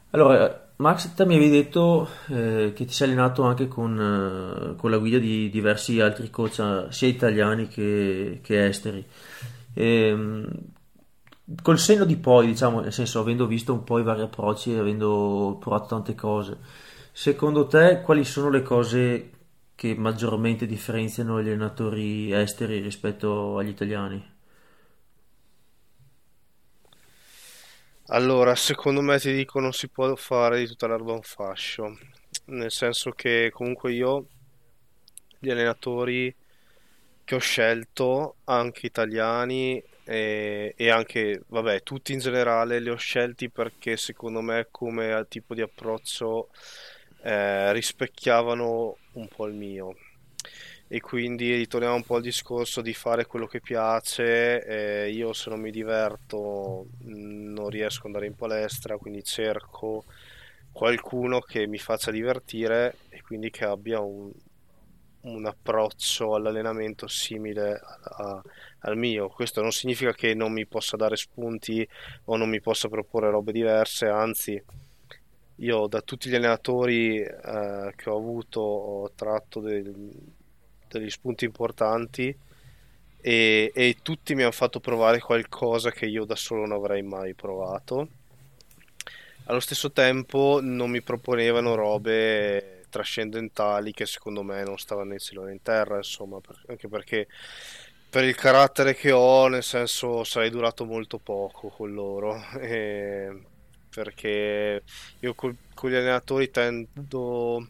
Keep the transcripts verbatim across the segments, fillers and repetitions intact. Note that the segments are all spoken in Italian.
Allora, Max, te mi avevi detto eh, che ti sei allenato anche con, eh, con la guida di diversi altri coach, eh, sia italiani che, che esteri. Ehm, Col senno di poi, diciamo, nel senso, avendo visto un po' i vari approcci e avendo provato tante cose, secondo te quali sono le cose che maggiormente differenziano gli allenatori esteri rispetto agli italiani? Allora, secondo me ti dico non si può fare di tutta l'erba un fascio, nel senso che comunque io gli allenatori che ho scelto, anche italiani e, e anche, vabbè, tutti in generale li ho scelti perché secondo me come tipo di approccio eh, rispecchiavano un po' il mio. E quindi ritorniamo un po' al discorso di fare quello che piace. Eh, io se non mi diverto mh, non riesco ad andare in palestra, quindi cerco qualcuno che mi faccia divertire e quindi che abbia un, un approccio all'allenamento simile a- a- al mio. Questo non significa che non mi possa dare spunti o non mi possa proporre robe diverse, anzi, io da tutti gli allenatori eh, che ho avuto ho tratto del- degli spunti importanti e, e tutti mi hanno fatto provare qualcosa che io da solo non avrei mai provato. Allo stesso tempo non mi proponevano robe trascendentali che secondo me non stavano né cielo né in terra, insomma, per- anche perché per il carattere che ho, nel senso, sarei durato molto poco con loro, e- perché io col- con gli allenatori tendo,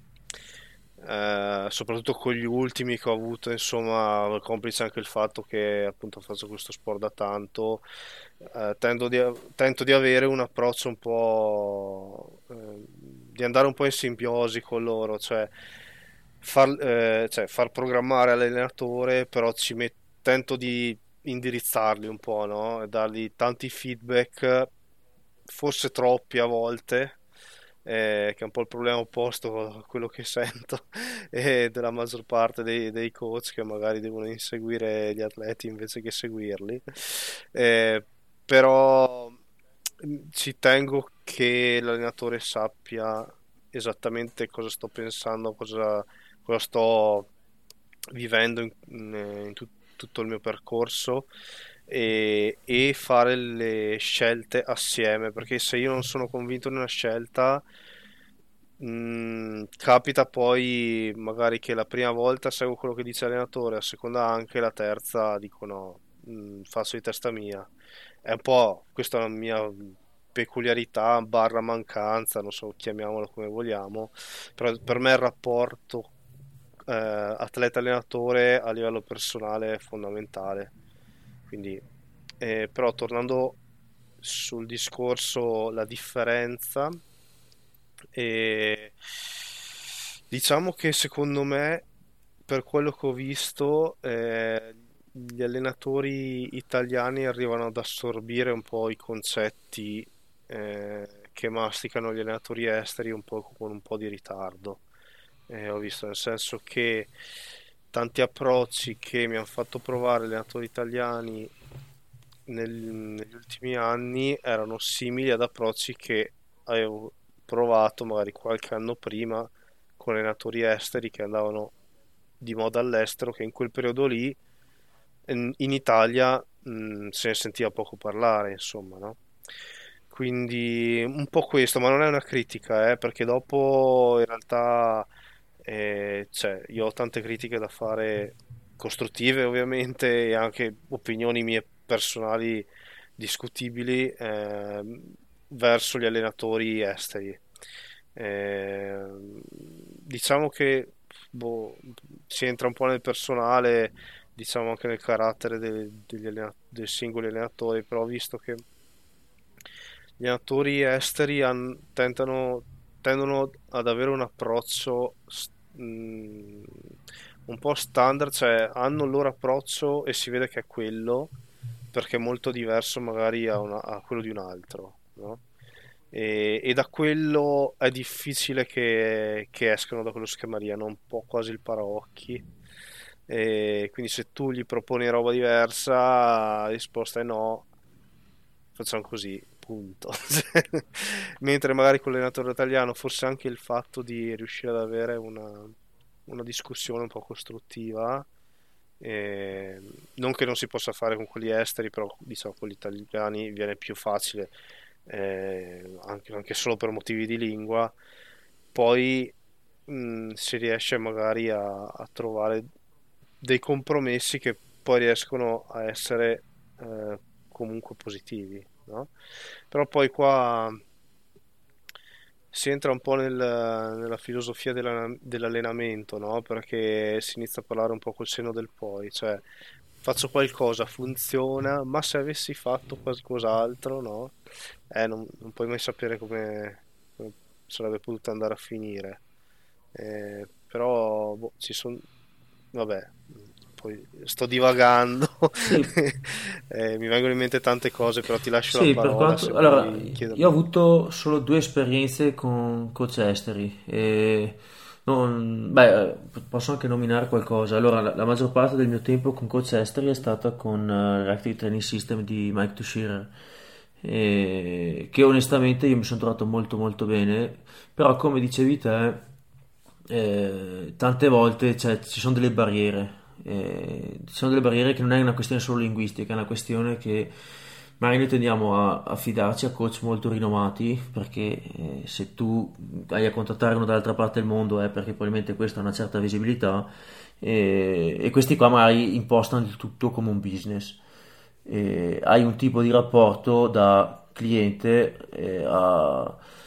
eh, soprattutto con gli ultimi che ho avuto, insomma, complice anche il fatto che appunto faccio questo sport da tanto, eh, tendo di, tento di avere un approccio un po', eh, di andare un po' in simbiosi con loro, cioè far, eh, cioè, far programmare all'allenatore, però ci met- tento di indirizzarli un po', no? E dargli tanti feedback, forse troppi a volte, eh, che è un po' il problema opposto a quello che sento e della maggior parte dei, dei coach che magari devono inseguire gli atleti invece che seguirli. Eh, Però mh, ci tengo che l'allenatore sappia esattamente cosa sto pensando, cosa, cosa sto vivendo in, in- in tut- tutto il mio percorso e, e fare le scelte assieme, perché se io non sono convinto di una scelta, mh, capita poi magari che la prima volta seguo quello che dice l'allenatore, la seconda anche, la terza dico no, mh, faccio di testa mia. È un po', questa è la mia peculiarità, barra mancanza, non so, chiamiamolo come vogliamo, però per me il rapporto eh, atleta-allenatore a livello personale è fondamentale. Quindi, eh, però tornando sul discorso, la differenza, e diciamo che secondo me, per quello che ho visto, eh, gli allenatori italiani arrivano ad assorbire un po' i concetti eh, che masticano gli allenatori esteri un po' con un po' di ritardo. Eh, ho visto nel senso che tanti approcci che mi hanno fatto provare gli allenatori italiani nel- negli ultimi anni erano simili ad approcci che avevo provato magari qualche anno prima con allenatori esteri che andavano di moda all'estero, che in quel periodo lì in, in Italia mh, se ne sentiva poco parlare, insomma, no? Quindi un po' questo, ma non è una critica, eh, perché dopo in realtà eh, cioè, io ho tante critiche da fare, costruttive ovviamente, e anche opinioni mie personali discutibili ehm, verso gli allenatori esteri. Ehm, diciamo che boh, si entra un po' nel personale, diciamo anche nel carattere de- degli allena- dei singoli allenatori, però ho visto che gli allenatori esteri han- tentano, tendono ad avere un approccio s- mh, un po' standard, cioè hanno il loro approccio e si vede che è quello, perché è molto diverso magari a, una- a quello di un altro, no? E, e da quello è difficile che, che escano da quello schema lì, hanno un po' quasi il paraocchi. E quindi se tu gli proponi roba diversa, la risposta è no, facciamo così. punto. Cioè, mentre magari con l'allenatore italiano forse anche il fatto di riuscire ad avere una, una discussione un po' costruttiva, eh, non che non si possa fare con quelli esteri, però diciamo con gli italiani viene più facile, eh, anche, anche solo per motivi di lingua. Poi mh, si riesce magari a, a trovare dei compromessi che poi riescono a essere eh, comunque positivi, no? Però poi qua si entra un po' nel- nella filosofia della- dell'allenamento, no? Perché si inizia a parlare un po' col senno del poi, cioè faccio qualcosa, funziona, ma se avessi fatto qualcos'altro, no? Eh, non, non puoi mai sapere come, come sarebbe potuto andare a finire. Eh, però boh, ci sono, vabbè, poi sto divagando. Sì, Eh, mi vengono in mente tante cose, però ti lascio la sì, per parola quanto... se Allora, vuoi io ho chiedermi. avuto solo due esperienze con coach esteri e non- beh, posso anche nominare qualcosa. Allora, la, la maggior parte del mio tempo con coach esteri è stata con eh, l'Active Training System di Mike Tushirer, e che onestamente io mi sono trovato molto molto bene, però come dicevi te, eh, tante volte cioè, ci sono delle barriere, eh, ci sono delle barriere che non è una questione solo linguistica, è una questione che magari noi tendiamo a, a fidarci a coach molto rinomati perché eh, se tu hai a contattare uno dall'altra parte del mondo è perché probabilmente questa ha una certa visibilità e, e questi qua magari impostano il tutto come un business. E hai un tipo di rapporto da cliente eh, a,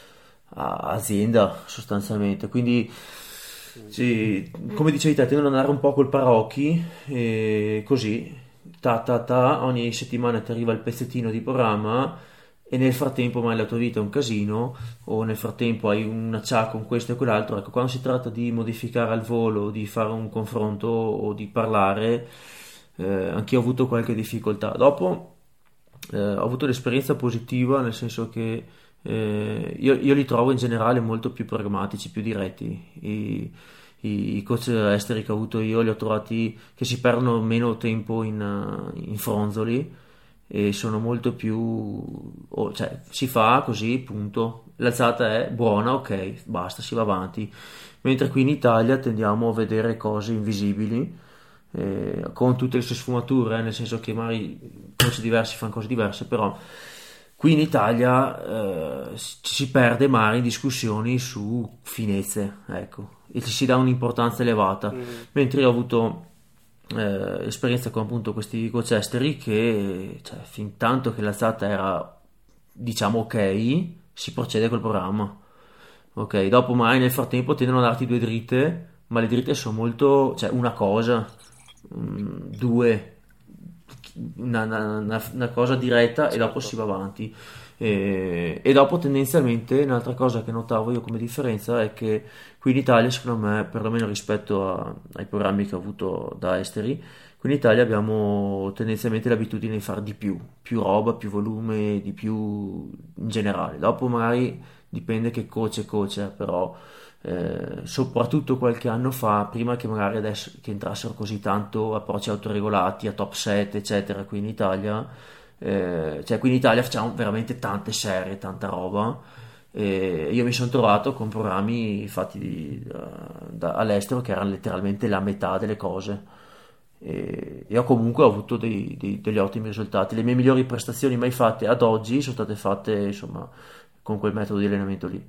a azienda sostanzialmente, quindi Mm. sì, come dicevi te, tendono ad andare un po' col paraocchi e così ta ta ta, ogni settimana ti arriva il pezzettino di programma e nel frattempo magari la tua vita è un casino o nel frattempo hai un acciacco con questo e quell'altro. Ecco, quando si tratta di modificare al volo, di fare un confronto o di parlare, eh, anch'io ho avuto qualche difficoltà. Dopo eh, ho avuto l'esperienza positiva, nel senso che eh, io, io li trovo in generale molto più pragmatici, più diretti. I, i, i coach esteri che ho avuto io li ho trovati che si perdono meno tempo in, eh, in fronzoli e sono molto più, oh, cioè si fa così, punto. L'alzata è buona, ok, basta, si va avanti. Mentre qui in Italia tendiamo a vedere cose invisibili, eh, con tutte le sue sfumature, eh, nel senso che magari coach diversi fanno cose diverse, però qui in Italia eh, ci si perde magari in discussioni su finezze, ecco, e ci si dà un'importanza elevata, Mm. mentre io ho avuto eh, esperienza con appunto questi coach esteri che, cioè, fin tanto che l'alzata era, diciamo, ok, si procede col programma. Ok, dopo magari nel frattempo tendono a darti due dritte, ma le dritte sono molto, cioè una cosa, mm, due, una, una- una- una cosa diretta e dopo si Certo. va avanti. E, e dopo tendenzialmente un'altra cosa che notavo io come differenza è che qui in Italia, secondo me, perlomeno rispetto a- ai programmi che ho avuto da esteri, qui in Italia abbiamo tendenzialmente l'abitudine di fare di più, più roba, più volume, di più in generale. Dopo magari dipende che coach è coach, eh, però eh, soprattutto qualche anno fa, prima che magari adesso che entrassero così tanto approcci autoregolati a top set, eccetera, qui in Italia, eh, cioè qui in Italia facciamo veramente tante serie, tanta roba. E io mi sono trovato con programmi fatti di- da- da- all'estero che erano letteralmente la metà delle cose. E, e ho comunque avuto dei- dei- degli ottimi risultati. Le mie migliori prestazioni mai fatte ad oggi sono state fatte, insomma, con quel metodo di allenamento lì.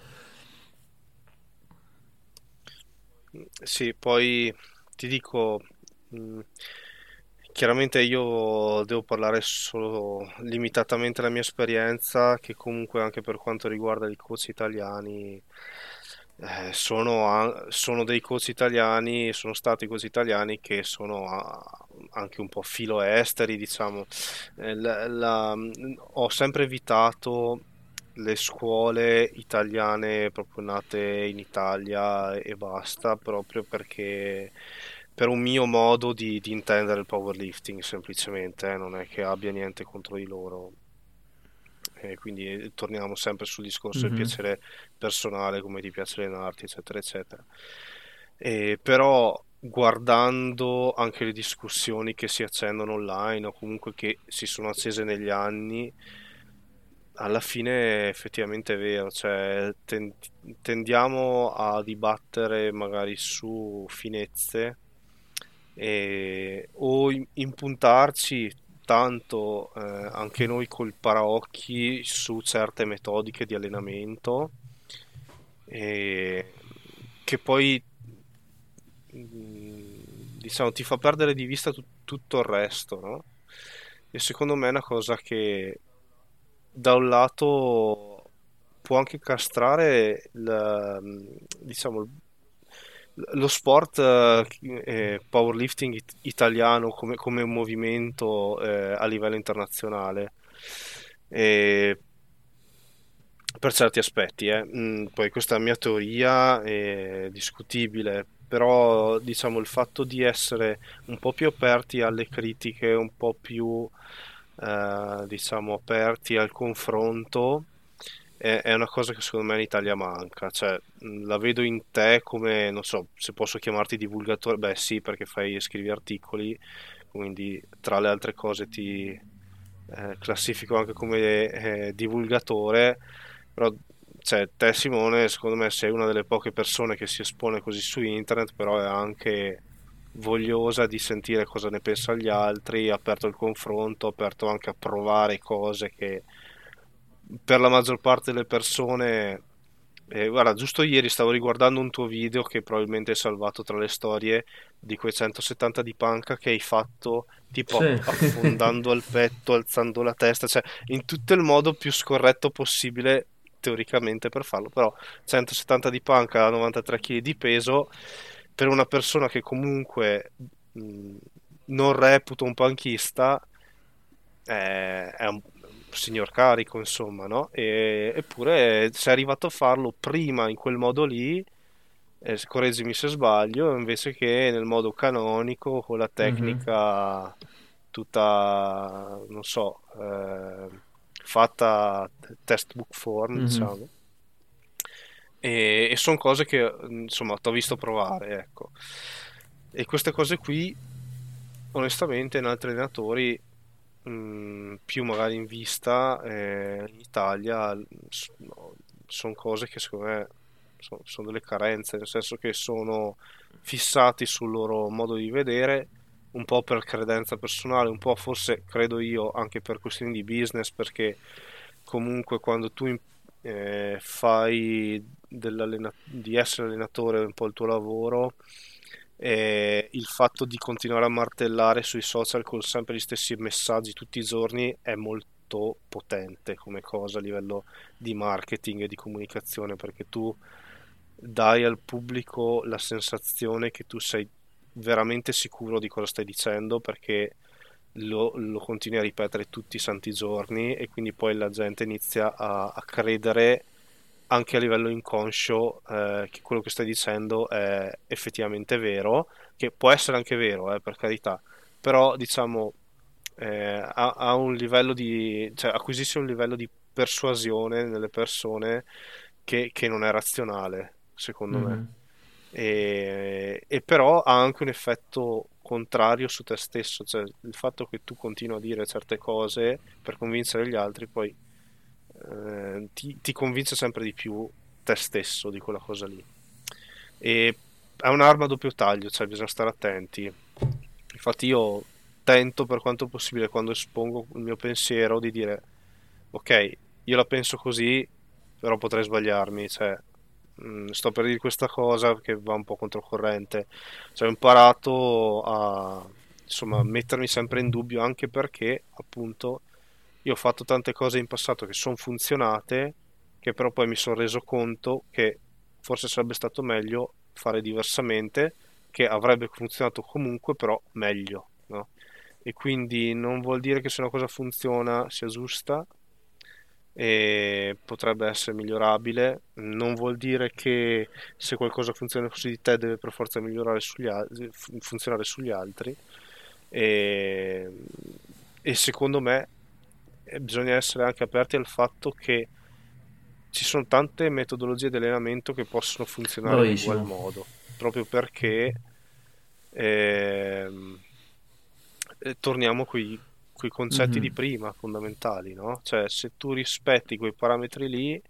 Sì, poi ti dico, mh, chiaramente io devo parlare solo limitatamente della mia esperienza, che comunque anche per quanto riguarda i coach italiani, eh, sono, a- sono dei coach italiani, sono stati coach italiani che sono a- anche un po' filo esteri, diciamo. Eh, la- la- ho sempre evitato le scuole italiane proprio nate in Italia e basta, proprio perché per un mio modo di, di intendere il powerlifting, semplicemente, eh, non è che abbia niente contro di loro. E quindi eh, torniamo sempre sul discorso del Mhm. piacere personale, come ti piace allenarti, eccetera, eccetera. E però guardando anche le discussioni che si accendono online o comunque che si sono accese negli anni, alla fine effettivamente è vero, cioè ten- tendiamo a dibattere magari su finezze e- o im- impuntarci tanto eh, anche noi col paraocchi su certe metodiche di allenamento e che poi mm, diciamo ti fa perdere di vista tut- tutto il resto, no? E secondo me è una cosa che da un lato può anche castrare il, diciamo, lo sport eh, eh, powerlifting it- italiano come, come un movimento eh, a livello internazionale. E per certi aspetti, eh. Mm, poi questa è la mia teoria, è discutibile, però diciamo il fatto di essere un po' più aperti alle critiche, un po' più eh, diciamo aperti al confronto, è, è una cosa che secondo me in Italia manca. Cioè, mm, la vedo in te come, non so, se posso chiamarti divulgatore, beh sì, perché fai, scrivi articoli, quindi tra le altre cose ti eh, classifico anche come eh, divulgatore, però cioè, te Simone, secondo me sei una delle poche persone che si espone così su internet, però è anche vogliosa di sentire cosa ne pensano gli altri, aperto al confronto, aperto anche a provare cose che per la maggior parte delle persone. Eh, guarda, giusto ieri stavo riguardando un tuo video che probabilmente hai salvato tra le storie di quei centosettanta di panca che hai fatto tipo Sì. aff- affondando al petto, alzando la testa, cioè in tutto il modo più scorretto possibile teoricamente per farlo, però centosettanta di panca a novantatré chili di peso per una persona che comunque mh, non reputo un panchista è, è un signor carico, insomma, no? E- eppure sei arrivato a farlo prima in quel modo lì, eh, correggimi se sbaglio, invece che nel modo canonico, con la Mhm, tecnica tutta, non so, eh, fatta textbook form, mhm. diciamo. E, e sono cose che, insomma, ti ho visto provare, ecco. E queste cose qui, onestamente, in altri allenatori mh, più magari in vista eh, in Italia sono cose che secondo me so- sono delle carenze, nel senso che sono fissati sul loro modo di vedere, un po' per credenza personale, un po' forse credo io anche per questioni di business, perché comunque quando tu in- eh, fai dell'allena- di essere allenatore è un po' il tuo lavoro, e il fatto di continuare a martellare sui social con sempre gli stessi messaggi tutti i giorni è molto potente come cosa a livello di marketing e di comunicazione, perché tu dai al pubblico la sensazione che tu sei veramente sicuro di cosa stai dicendo, perché lo, lo continui a ripetere tutti i santi giorni e quindi poi la gente inizia a, a credere anche a livello inconscio eh, che quello che stai dicendo è effettivamente vero, che può essere anche vero, eh, per carità, però diciamo eh, ha, ha un livello di, cioè acquisisce un livello di persuasione nelle persone che, che non è razionale, secondo me. Mhm. E, e però ha anche un effetto contrario su te stesso, cioè il fatto che tu continui a dire certe cose per convincere gli altri, poi eh, ti, ti convince sempre di più te stesso di quella cosa lì. E è un'arma a doppio taglio, cioè bisogna stare attenti. Infatti io tento per quanto possibile quando espongo il mio pensiero di dire ok, io la penso così, però potrei sbagliarmi, cioè mh, sto per dire questa cosa che va un po' controcorrente. Cioè, ho imparato a insomma mettermi sempre in dubbio anche perché appunto io ho fatto tante cose in passato che sono funzionate, che però poi mi sono reso conto che forse sarebbe stato meglio fare diversamente, che avrebbe funzionato comunque, però meglio, no? E quindi non vuol dire che se una cosa funziona sia giusta e potrebbe essere migliorabile, non vuol dire che se qualcosa funziona su di te deve per forza migliorare sugli altri, funzionare sugli altri. E, e secondo me eh, bisogna essere anche aperti al fatto che ci sono tante metodologie di allenamento che possono funzionare in ugual Bravissimo. modo, proprio perché ehm, eh, torniamo qui. quei concetti di Mhm. prima fondamentali, no? Cioè, se tu rispetti quei parametri lì,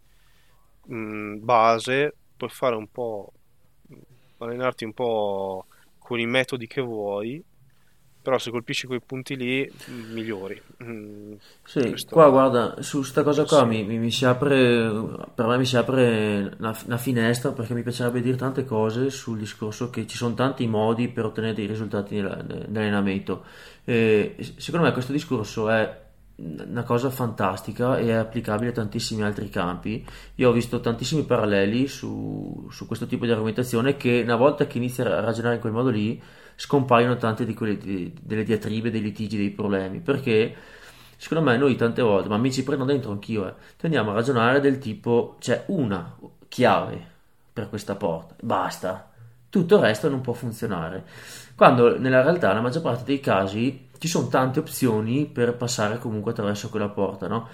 mh, base, puoi fare un po', allenarti un po' con i metodi che vuoi, però se colpisci quei punti lì, mh, migliori. Mm, Sì, qua questo guarda, su sta cosa qua mi, pensiero. mi- mi si apre, per me mi si apre una, una finestra perché mi piacerebbe dire tante cose sul discorso che ci sono tanti modi per ottenere dei risultati nella- nell'allenamento. E secondo me questo discorso è una cosa fantastica e è applicabile a tantissimi altri campi. Io ho visto tantissimi paralleli su, su questo tipo di argomentazione che una volta che inizi a ragionare in quel modo lì scompaiono tante di quelle, di- delle diatribe, dei litigi, dei problemi, perché secondo me noi tante volte, ma mi ci prendo dentro anch'io, eh, tendiamo a ragionare del tipo c'è una chiave per questa porta, basta, tutto il resto non può funzionare. Quando nella realtà, nella maggior parte dei casi, ci sono tante opzioni per passare comunque attraverso quella porta, no?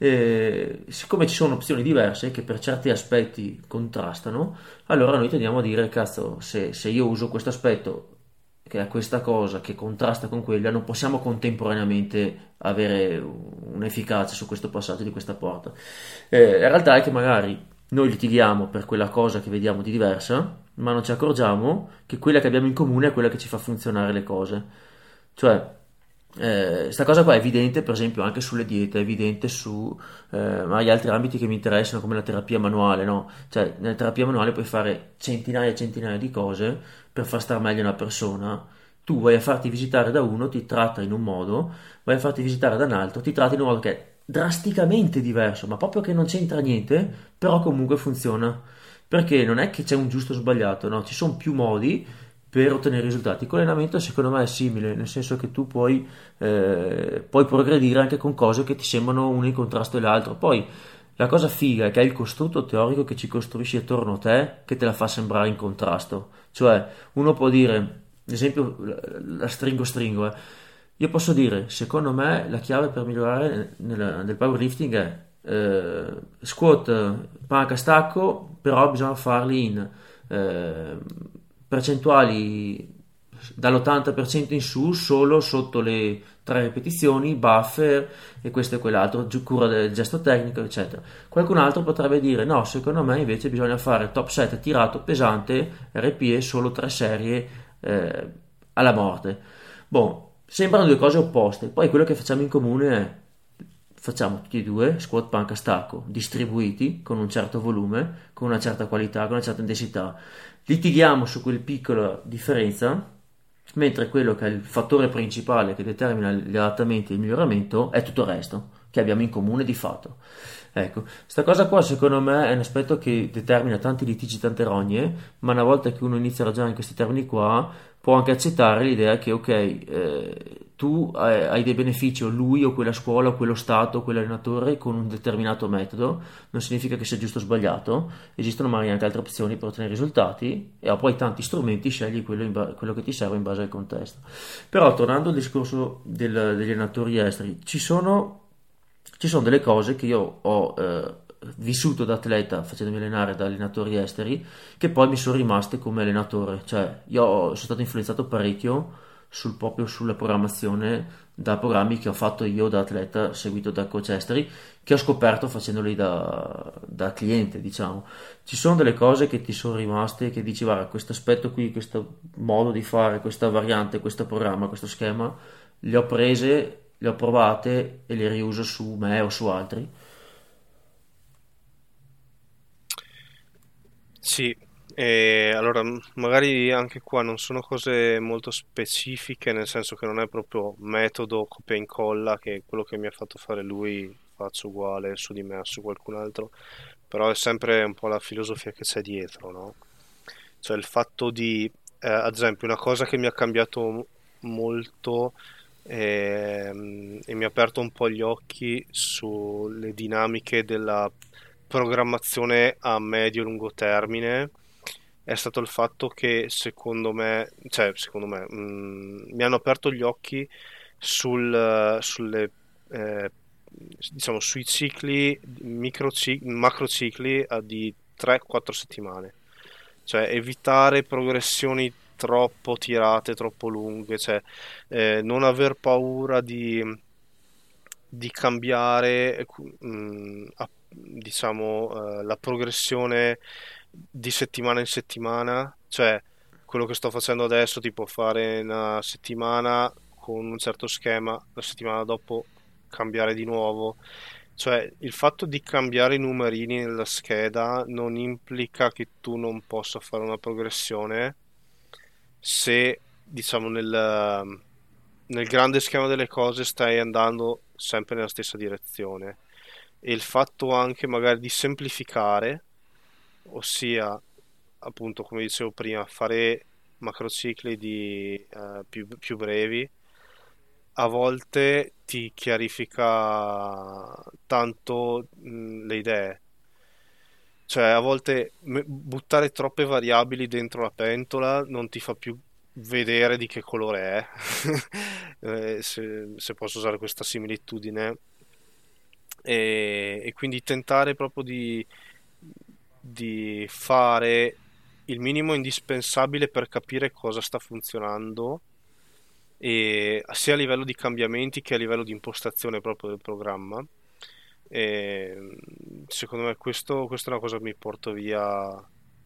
E siccome ci sono opzioni diverse che per certi aspetti contrastano, allora noi tendiamo a dire, cazzo, se, se io uso questo aspetto che è questa cosa che contrasta con quella, non possiamo contemporaneamente avere un'efficacia su questo passaggio di questa porta. Eh, la realtà è che magari noi litighiamo per quella cosa che vediamo di diversa, ma non ci accorgiamo che quella che abbiamo in comune è quella che ci fa funzionare le cose. Cioè, eh, sta cosa qua è evidente per esempio anche sulle diete, è evidente su eh, magari altri ambiti che mi interessano come la terapia manuale, no? Cioè, nella terapia manuale puoi fare centinaia e centinaia di cose per far star meglio una persona. Tu vai a farti visitare da uno, ti tratta in un modo, vai a farti visitare da un altro, ti tratta in un modo che è drasticamente diverso, ma proprio che non c'entra niente, però comunque funziona. Perché non è che c'è un giusto o sbagliato, no? Ci sono più modi per ottenere risultati. Con l'allenamento secondo me è simile, nel senso che tu puoi, eh, puoi progredire anche con cose che ti sembrano una in contrasto all'altro. Poi la cosa figa è che è il costrutto teorico che ci costruisci attorno a te che te la fa sembrare in contrasto. Cioè, uno può dire, ad esempio, la, la stringo stringo, eh. Io posso dire, secondo me la chiave per migliorare nel, nel powerlifting è eh, squat, panca, stacco, però bisogna farli in eh, percentuali dall'ottanta per cento in su solo sotto le tre ripetizioni, buffer e questo e quell'altro, cura del gesto tecnico, eccetera. Qualcun altro potrebbe dire no, secondo me invece bisogna fare top set tirato pesante, R P E, solo tre serie eh, alla morte. Boh, sembrano due cose opposte, poi quello che facciamo in comune è facciamo tutti e due squat panca stacco distribuiti con un certo volume, con una certa qualità, con una certa intensità. Litighiamo su quel piccola differenza, mentre quello che è il fattore principale che determina gli adattamenti e il miglioramento è tutto il resto che abbiamo in comune di fatto. Ecco, sta cosa qua secondo me è un aspetto che determina tanti litigi, tante rogne, ma una volta che uno inizia a ragionare in questi termini qua, può anche accettare l'idea che, ok, eh, tu hai, hai dei benefici, o lui, o quella scuola, o quello stato, o quell'allenatore con un determinato metodo, non significa che sia giusto o sbagliato, esistono magari anche altre opzioni per ottenere risultati, e poi tanti strumenti, scegli quello, in ba- quello che ti serve in base al contesto. Però, tornando al discorso del- degli allenatori esteri, ci sono ci sono delle cose che io ho eh, vissuto da atleta facendomi allenare da allenatori esteri che poi mi sono rimaste come allenatore, cioè io sono stato influenzato parecchio sul, proprio sulla programmazione da programmi che ho fatto io da atleta seguito da coach esteri che ho scoperto facendoli da, da cliente, diciamo. Ci sono delle cose che ti sono rimaste che dici guarda questo aspetto qui, questo modo di fare, questa variante, questo programma, questo schema le ho prese, le ho provate e le riuso su me o su altri. Sì, e allora m- magari anche qua non sono cose molto specifiche, nel senso che non è proprio metodo copia e incolla, che quello che mi ha fatto fare lui faccio uguale su di me o su qualcun altro, però è sempre un po' la filosofia che c'è dietro, no? Cioè il fatto di, eh, ad esempio, una cosa che mi ha cambiato m- molto ehm, e mi ha aperto un po' gli occhi sulle dinamiche della programmazione a medio-lungo termine è stato il fatto che secondo me, cioè secondo me, mh, mi hanno aperto gli occhi sul, sulle, eh, diciamo, sui cicli, micro macro cicli eh, di tre quattro settimane. Cioè evitare progressioni troppo tirate, troppo lunghe, cioè eh, non aver paura di di cambiare, eh, cu- mh, a- diciamo, eh, la progressione di settimana in settimana, cioè quello che sto facendo adesso, tipo fare una settimana con un certo schema, la settimana dopo cambiare di nuovo. Cioè, il fatto di cambiare i numerini nella scheda non implica che tu non possa fare una progressione se, diciamo, nel, nel grande schema delle cose stai andando sempre nella stessa direzione. E il fatto anche magari di semplificare, ossia, appunto, come dicevo prima, fare macrocicli di, eh, più, più brevi, a volte ti chiarifica tanto mh, le idee. Cioè, a volte me- buttare troppe variabili dentro la pentola non ti fa più vedere di che colore è. Eh, se, se posso usare questa similitudine. E, e quindi tentare proprio di, di fare il minimo indispensabile per capire cosa sta funzionando, e sia a livello di cambiamenti che a livello di impostazione proprio del programma. E, secondo me questo, questa è una cosa che mi porto via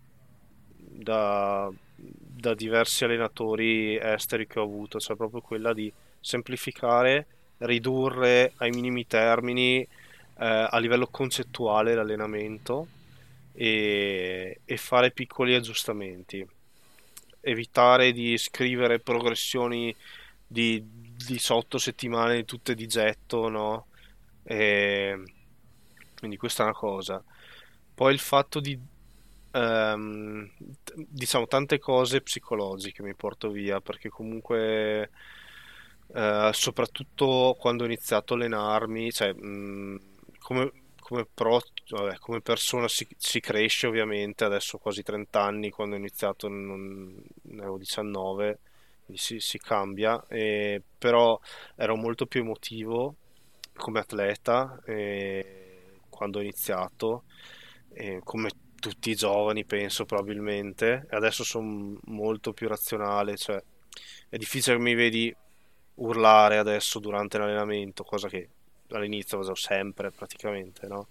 da, da diversi allenatori esteri che ho avuto, cioè proprio quella di semplificare, ridurre ai minimi termini, eh, a livello concettuale l'allenamento, e, e fare piccoli aggiustamenti. Evitare di scrivere progressioni di diciotto settimane tutte di getto, no? E quindi questa è una cosa. Poi il fatto di, ehm, t- diciamo, tante cose psicologiche mi porto via, perché comunque, eh, soprattutto quando ho iniziato a allenarmi, cioè, mh, come, come pro, vabbè, come persona si, si cresce ovviamente, adesso ho quasi trenta anni, quando ho iniziato non, ne avevo diciannove, quindi si, si cambia, e, però ero molto più emotivo come atleta, eh, quando ho iniziato, eh, come tutti i giovani penso probabilmente. E adesso sono molto più razionale, cioè è difficile che mi vedi urlare adesso durante l'allenamento, cosa che all'inizio facevo sempre praticamente, no?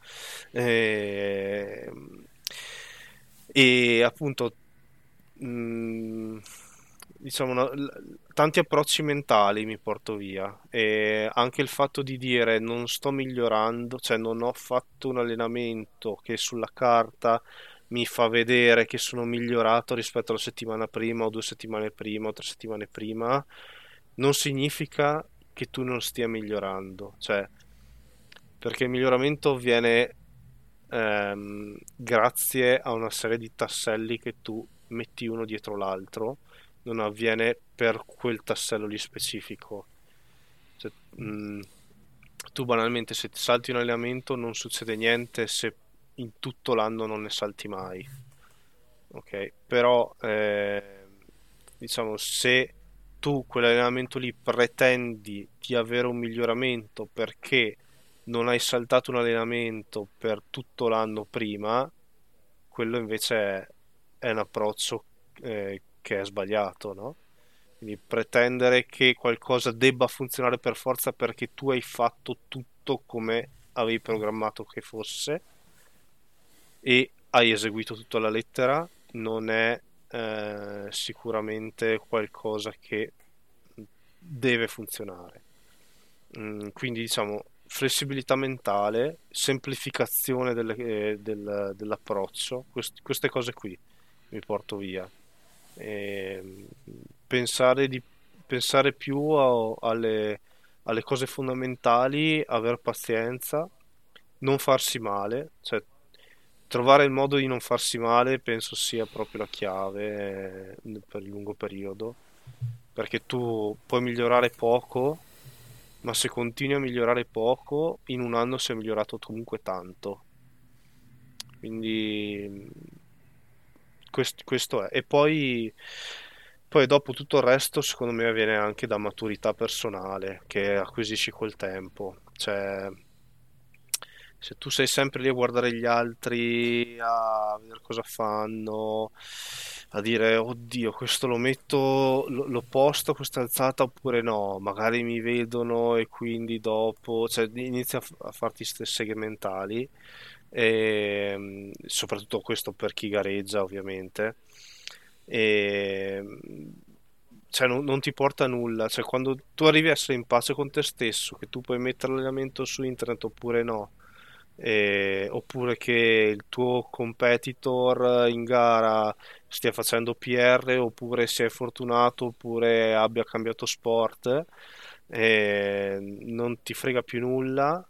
E, e appunto, mh, diciamo, una- l- tanti approcci mentali mi porto via, e anche il fatto di dire non sto migliorando, cioè non ho fatto un allenamento che sulla carta mi fa vedere che sono migliorato rispetto alla settimana prima, o due settimane prima, o tre settimane prima, non significa che tu non stia migliorando, cioè, perché il miglioramento avviene, ehm, grazie a una serie di tasselli che tu metti uno dietro l'altro, non avviene per quel tassello lì specifico. Cioè, mh, tu banalmente, se ti salti un allenamento non succede niente se in tutto l'anno non ne salti mai, ok? Però, eh, diciamo, se tu quell'allenamento lì pretendi di avere un miglioramento perché non hai saltato un allenamento per tutto l'anno prima, quello invece è, è un approccio, eh, che è sbagliato, no? Quindi pretendere che qualcosa debba funzionare per forza perché tu hai fatto tutto come avevi programmato che fosse e hai eseguito tutto alla lettera, non è, eh, sicuramente qualcosa che deve funzionare. Mm, quindi diciamo flessibilità mentale, semplificazione delle- eh, del- dell'approccio, quest- queste cose qui mi porto via. E, pensare, di, pensare più a- alle, alle cose fondamentali, aver pazienza, non farsi male, cioè trovare il modo di non farsi male penso sia proprio la chiave, eh, per il lungo periodo, perché tu puoi migliorare poco, ma se continui a migliorare poco, in un anno sei migliorato comunque tanto. Quindi quest- questo è. E poi, poi dopo tutto il resto, secondo me, viene anche da maturità personale che acquisisci col tempo. Cioè, se tu sei sempre lì a guardare gli altri, a vedere cosa fanno, a dire, oddio, questo lo metto, lo, lo posto a questa alzata oppure no, magari mi vedono e quindi dopo, cioè inizia a, f- a farti ste seghe mentali, e, mm, soprattutto questo per chi gareggia ovviamente, e, mm, cioè non, non ti porta a nulla, cioè quando tu arrivi a essere in pace con te stesso, che tu puoi mettere l'allenamento su internet oppure no, e- oppure che il tuo competitor in gara stia facendo P R oppure sia fortunato oppure abbia cambiato sport, e non ti frega più nulla.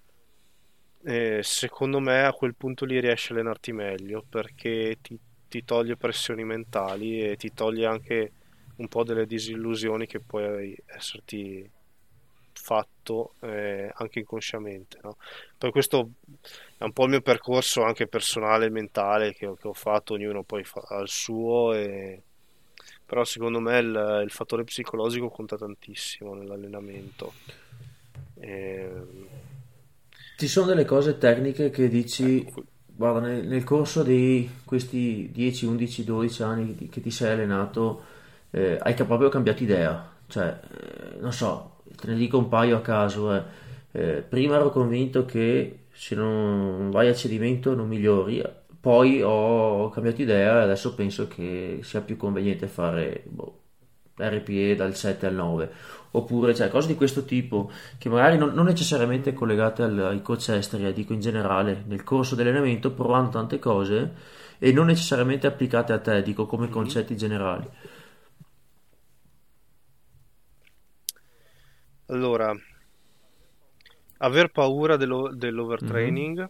E secondo me a quel punto lì riesci a allenarti meglio perché ti, ti toglie pressioni mentali e ti toglie anche un po' delle disillusioni che puoi esserti fatto eh, anche inconsciamente, no? Poi questo è un po' il mio percorso anche personale e mentale che, ho che ho fatto, ognuno poi fa il suo, e... però secondo me il, il fattore psicologico conta tantissimo nell'allenamento. Ehm, Ci sono delle cose tecniche che ecco, dici, qui- guarda, nel, nel corso di questi dieci, undici, dodici anni di- che ti sei allenato, eh, hai ca- proprio cambiato idea. Cioè, eh, non so, te ne dico un paio a caso. eh. Eh, prima ero convinto che se non vai a cedimento non migliori, poi ho cambiato idea e adesso penso che sia più conveniente fare boh, R P E dal sette al nove. Oppure, cioè, cose di questo tipo che magari non, non necessariamente collegate al- ai coach esteri, eh, dico in generale, nel corso dell'allenamento, provando tante cose e non necessariamente applicate a te, dico come Mhm. concetti generali. Allora, aver paura dello- Mhm. dell'overtraining,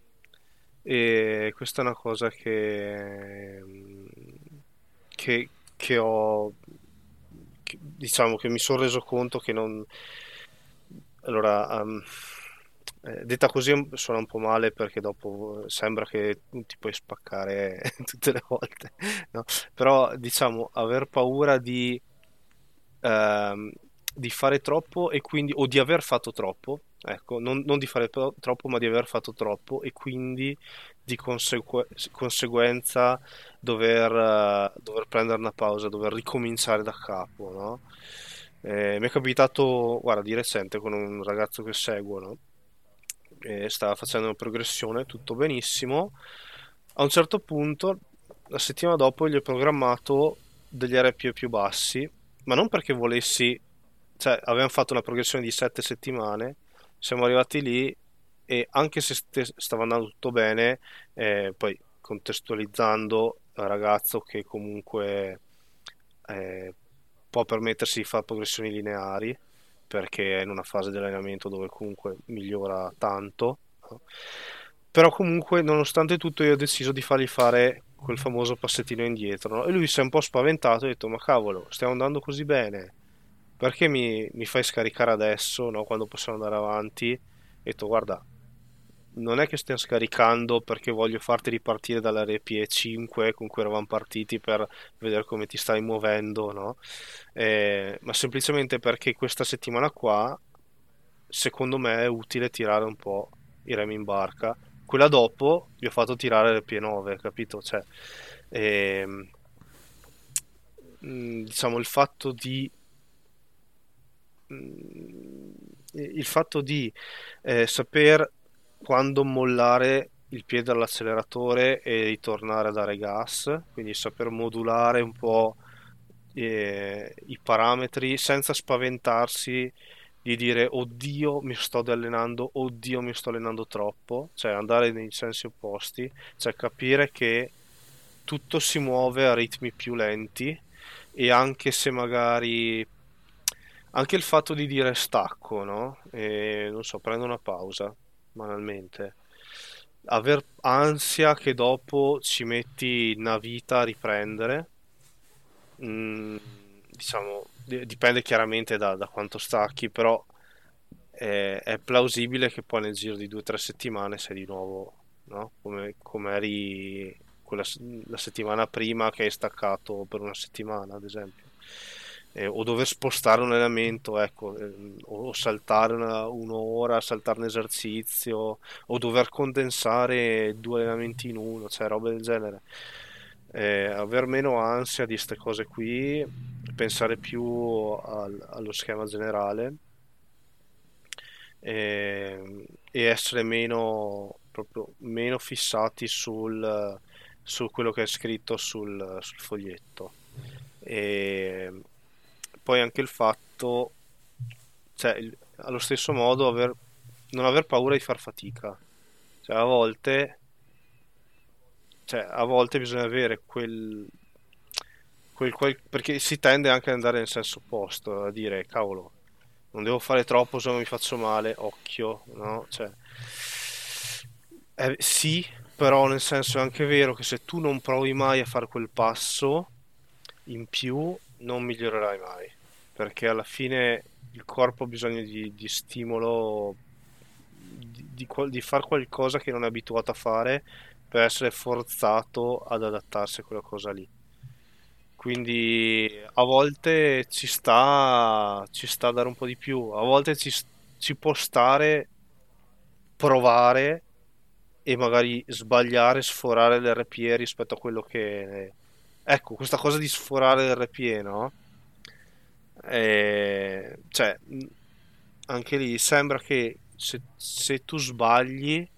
e questa è una cosa che, che, che ho, che- diciamo che mi sono reso conto che non... Allora, ehm, eh, detta così suona un po' male perché dopo sembra che ti puoi spaccare tutte le volte, no? Però diciamo, aver paura di ehm, di fare troppo e quindi, o di aver fatto troppo, ecco, non, non di fare tro- troppo, ma di aver fatto troppo e quindi di consegue- conseguenza dover, eh, dover prendere una pausa, dover ricominciare da capo, no? Eh, mi è capitato, guarda, di recente con un ragazzo che seguo, no? E stava facendo una progressione, tutto benissimo. A un certo punto, la settimana dopo, gli ho programmato degli R P E più bassi, ma non perché volessi, cioè avevamo fatto una progressione di sette settimane, siamo arrivati lì e anche se ste- stava andando tutto bene, eh, poi contestualizzando il ragazzo che comunque eh, può permettersi di fare progressioni lineari perché è in una fase di allenamento dove comunque migliora tanto, no? Però comunque nonostante tutto io ho deciso di fargli fare quel famoso passettino indietro, no? E lui si è un po' spaventato e ha detto ma cavolo, stiamo andando così bene, perché mi, mi fai scaricare adesso, no? Quando possiamo andare avanti? E ho detto guarda, non è che stiamo scaricando perché voglio farti ripartire dall'R P E cinque con cui eravamo partiti per vedere come ti stai muovendo, no? Eh, ma semplicemente perché questa settimana qua, secondo me, è utile tirare un po' i remi in barca. Quella dopo gli ho fatto tirare l'R P E nove, capito? Cioè, ehm, mh, diciamo, il fatto di mh, il fatto di eh, saper quando mollare il piede dall'acceleratore e ritornare a dare gas, quindi saper modulare un po' eh, i parametri senza spaventarsi di dire oddio mi sto allenando, oddio mi sto allenando troppo, cioè andare nei sensi opposti, cioè capire che tutto si muove a ritmi più lenti e anche se magari anche il fatto di dire stacco, no? E, non so, prendo una pausa, banalmente. Aver ansia che dopo ci metti una vita a riprendere, mm, diciamo, di- dipende chiaramente da, da quanto stacchi, però è, è plausibile che poi nel giro di due o tre settimane sei di nuovo, no? Come, come eri quella, s- la settimana prima che hai staccato per una settimana, ad esempio. Eh, o dover spostare un allenamento, ecco, ehm, o saltare una, un'ora, saltare un esercizio, o dover condensare due allenamenti in uno, cioè robe del genere. eh, aver meno ansia di queste cose qui, pensare più al- allo schema generale e, e essere meno, proprio meno fissati sul, su quello che è scritto sul, sul foglietto. E poi anche il fatto, cioè, il- allo stesso modo, aver- non aver paura di far fatica. Cioè, a volte, cioè, a volte bisogna avere quel, quel, quel- perché si tende anche ad andare nel senso opposto, a dire, cavolo, non devo fare troppo se non mi faccio male, occhio, no? Cioè, eh, sì, però nel senso è anche vero che se tu non provi mai a fare quel passo in più, non migliorerai mai, perché alla fine il corpo ha bisogno di, di stimolo, di, di, qual- di fare qualcosa che non è abituato a fare per essere forzato ad adattarsi a quella cosa lì. Quindi a volte ci sta, ci sta a dare un po' di più, a volte ci, ci può stare provare e magari sbagliare, sforare l'R P E rispetto a quello che... Ecco, questa cosa di sforare l'R P E, no? Eh, cioè, mh, anche lì sembra che se, se tu sbagli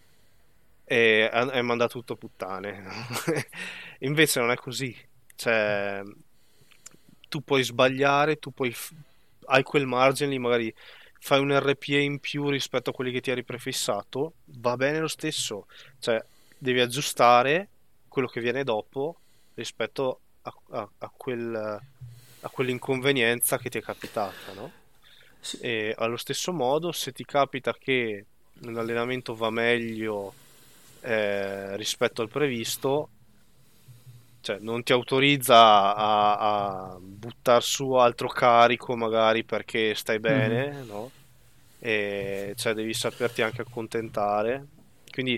è, è mandato tutto a puttane. Invece non è così. Cioè, tu puoi sbagliare, tu puoi f- hai quel margine lì, magari fai un R P E in più rispetto a quelli che ti eri prefissato, va bene lo stesso. Cioè, devi aggiustare quello che viene dopo rispetto a, a- a quel, a quell'inconvenienza che ti è capitata, no? Sì, E allo stesso modo, se ti capita che un allenamento va meglio eh, rispetto al previsto, cioè non ti autorizza a, a buttar su altro carico magari perché stai mhm. bene, no? E cioè devi saperti anche accontentare. Quindi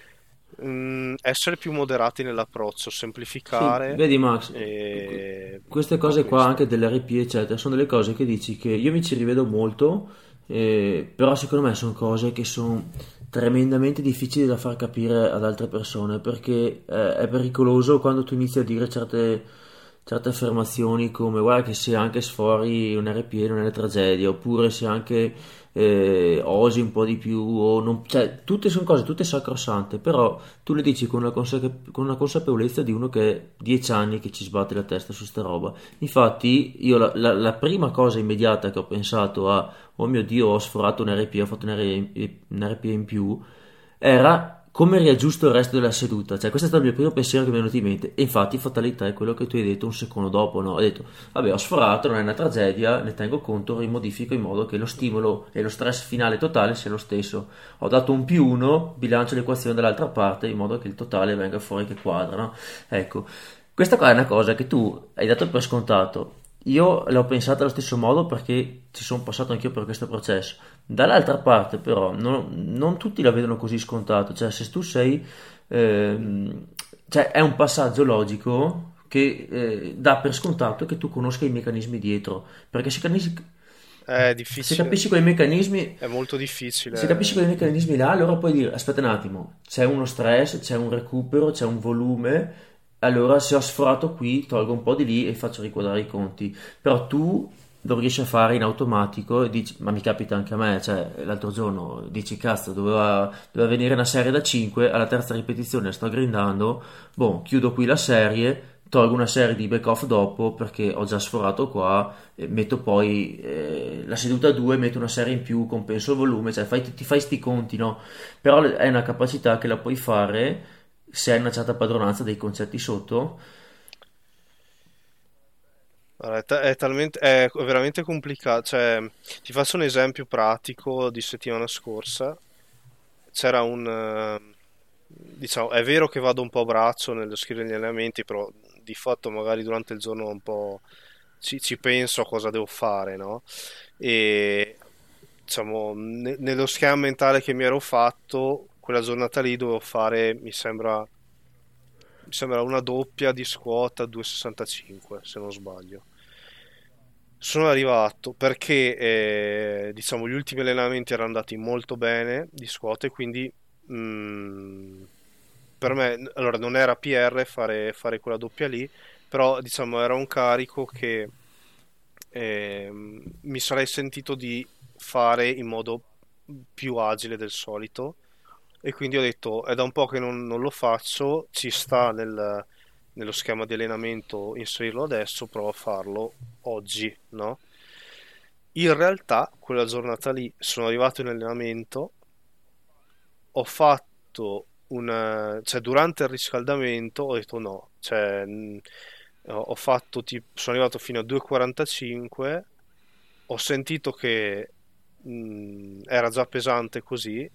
mm, essere più moderati nell'approccio, Sì, semplificare vedi Max, e queste un po' cose qua, anche questo. dell'R P eccetera, sono delle cose che dici che io mi ci rivedo molto, eh, però secondo me sono cose che sono tremendamente difficili da far capire ad altre persone, perché eh, è pericoloso quando tu inizi a dire certe, certe affermazioni come guarda che se anche sfori un R P E non è una tragedia, oppure se anche eh, osi un po' di più, o non, cioè tutte sono cose tutte sacrosante, però tu le dici con una, consa- con una consapevolezza di uno che è dieci anni che ci sbatte la testa su sta roba. Infatti, io la, la- la prima cosa immediata che ho pensato a, oh mio Dio, ho sforato un R P, ho fatto un, R- un R P in più, era come riaggiusto il resto della seduta. Cioè, questo è stato il mio primo pensiero che mi è venuto in mente. E infatti, fatalità è quello che tu hai detto un secondo dopo, no? Ho detto, vabbè, ho sforato, non è una tragedia, ne tengo conto, rimodifico in modo che lo stimolo e lo stress finale totale sia lo stesso. Ho dato un più uno, bilancio l'equazione dall'altra parte in modo che il totale venga fuori che quadra, no? Ecco, questa qua è una cosa che tu hai dato per scontato. Io l'ho pensata allo stesso modo perché ci sono passato anch'io per questo processo. Dall'altra parte, però, non, non tutti la vedono così scontato. Cioè, se tu sei. ehm, cioè, è un passaggio logico che eh, dà per scontato che tu conosca i meccanismi dietro. Perché se, capisci- È se difficile, capisci quei meccanismi. è molto Se capisci difficile. quei meccanismi là, allora puoi dire, aspetta un attimo, c'è uno stress, c'è un recupero, c'è un volume, allora se ho sforato qui, tolgo un po' di lì e faccio riquadrare i conti. Però tu lo riesci a fare in automatico e dici, ma mi capita anche a me, cioè l'altro giorno dici, cazzo, doveva, doveva venire una serie da cinque, alla terza ripetizione sto grindando, boh, chiudo qui la serie, tolgo una serie di back off dopo perché ho già sforato qua, e metto poi eh, la seduta due, metto una serie in più, compenso il volume, cioè fai, ti fai sti conti, no? Però è una capacità che la puoi fare se hai una certa padronanza dei concetti sotto. Guarda, È, ta- è talmente, è veramente complicato. Cioè, ti faccio un esempio pratico di settimana scorsa. C'era un, eh, diciamo, è vero che vado un po' a braccio nello scrivere gli allenamenti, però di fatto magari durante il giorno un po' ci, ci penso a cosa devo fare, no? E diciamo, ne- nello schema mentale che mi ero fatto, quella giornata lì dovevo fare, mi sembra, mi sembra una doppia di squat a due virgola sessantacinque, se non sbaglio. Sono arrivato perché eh, diciamo gli ultimi allenamenti erano andati molto bene di squat e quindi mm, per me, allora non era P R fare, fare quella doppia lì, però diciamo era un carico che ehm, mi sarei sentito di fare in modo più agile del solito e quindi ho detto è da un po' che non, non lo faccio, ci sta nel- nello schema di allenamento inserirlo adesso, provo a farlo oggi, no? In realtà quella giornata lì sono arrivato in allenamento, ho fatto un, cioè durante il riscaldamento ho detto no, cioè mh, ho ho fatto tipo, sono arrivato fino a due e quarantacinque, ho sentito che mh, era già pesante così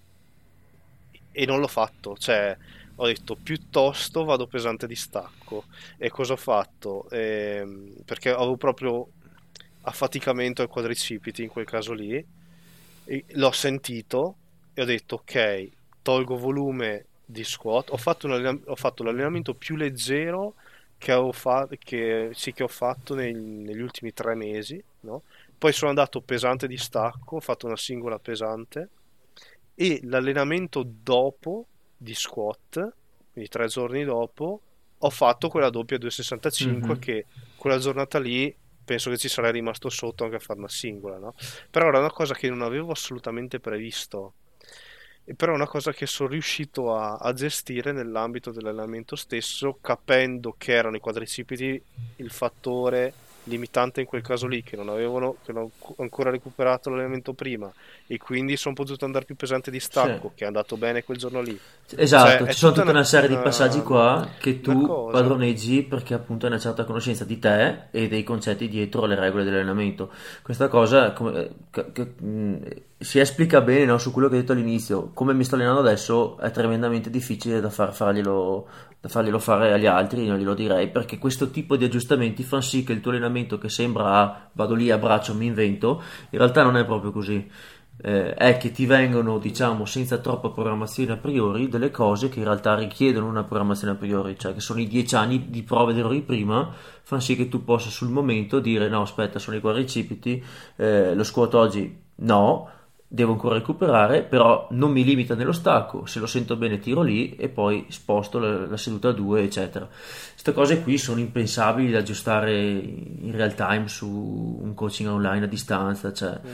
e non l'ho fatto, cioè ho detto piuttosto vado pesante di stacco. E cosa ho fatto? Ehm, perché avevo proprio affaticamento ai quadricipiti in quel caso lì, e l'ho sentito e ho detto ok, tolgo volume di squat, ho fatto, un allenam- ho fatto l'allenamento più leggero che, avevo fa- che, sì, che ho fatto neg- negli ultimi tre mesi, no? Poi sono andato pesante di stacco, ho fatto una singola pesante e l'allenamento dopo di squat, quindi tre giorni dopo, ho fatto quella doppia duecentosessantacinque Mhm. che quella giornata lì penso che ci sarei rimasto sotto anche a fare una singola, no? Però era una cosa che non avevo assolutamente previsto. E però è una cosa che sono riuscito a, a gestire nell'ambito dell'allenamento stesso, capendo che erano i quadricipiti il fattore limitante in quel caso lì, che non avevano, che non ho ancora recuperato l'allenamento prima e quindi sono potuto andare più pesante di Sì. stacco, che è andato bene quel giorno lì. Cioè, Esatto, è ci sono tutta tutta una, una serie di passaggi una, qua che una tu cosa. padroneggi perché appunto hai una certa conoscenza di te e dei concetti dietro le regole dell'allenamento. Questa cosa come- che- che, mh, si esplica bene, no, su quello che hai detto all'inizio. Come mi sto allenando adesso è tremendamente difficile da far, farglielo, da farglielo fare agli altri, non glielo direi, perché questo tipo di aggiustamenti fanno sì che il tuo allenamento che sembra ah, vado lì a braccio, mi invento, in realtà non è proprio così. Eh, è che ti vengono, diciamo, senza troppa programmazione a priori, delle cose che in realtà richiedono una programmazione a priori, cioè che sono i dieci anni di prove ed errori prima, fanno sì che tu possa sul momento dire no, aspetta, sono i quadricipiti, eh, lo squat oggi no, devo ancora recuperare, però non mi limita nello stacco, se lo sento bene tiro lì e poi sposto la, la seduta a due, eccetera. Queste cose qui sono impensabili da aggiustare in real time su un coaching online a distanza, cioè... Mm.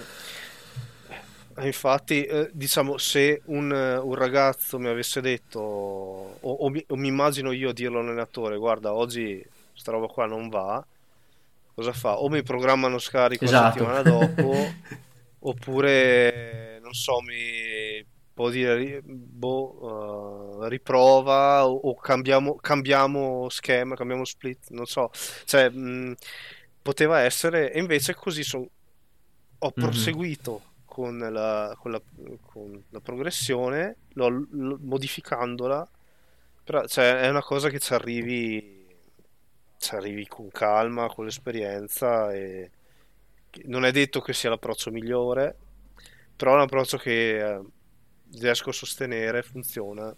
Eh, Infatti, eh, diciamo, se un, eh, un ragazzo mi avesse detto, o, o mi, o mi immagino io a dirlo all'allenatore, guarda, oggi sta roba qua non va, cosa fa? O mi programmano scarico la Esatto. settimana dopo, oppure, non so, mi può dire, ri- boh, eh, riprova o, o cambiamo, cambiamo schema, cambiamo split, non so. Cioè, mh, poteva essere, e invece così son- ho Mhm. proseguito con la, con la- con la progressione, l'ho- l'ho- modificandola, però cioè, è una cosa che ci arrivi, ci arrivi con calma, con l'esperienza e che non è detto che sia l'approccio migliore, però è un approccio che eh, riesco a sostenere, funziona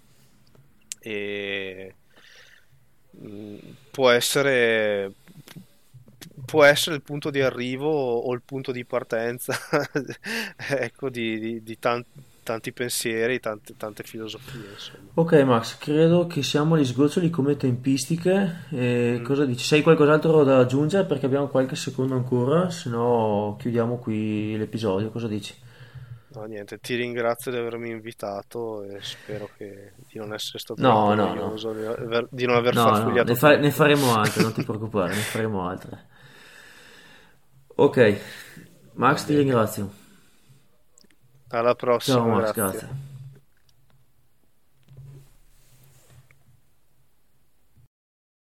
e mm, può essere, può essere il punto di arrivo o il punto di partenza, ecco, di, di- di tan- tanti pensieri, tante, tante filosofie, insomma. Ok Max, credo che siamo agli sgoccioli come tempistiche. E Mm. cosa dici? Sei qualcos'altro da aggiungere? Perché abbiamo qualche secondo ancora, se no chiudiamo qui l'episodio. Cosa dici? No, niente, ti ringrazio di avermi invitato e spero che, di non essere stato troppo No, no, no. noioso, di, aver- di non aver No, no, ne, farfugliato fa- ne troppo. faremo altre, non ti preoccupare, ne faremo altre. Ok, Va Max, ti bene, ringrazio. alla Ciao prossima, Max, grazie. grazie.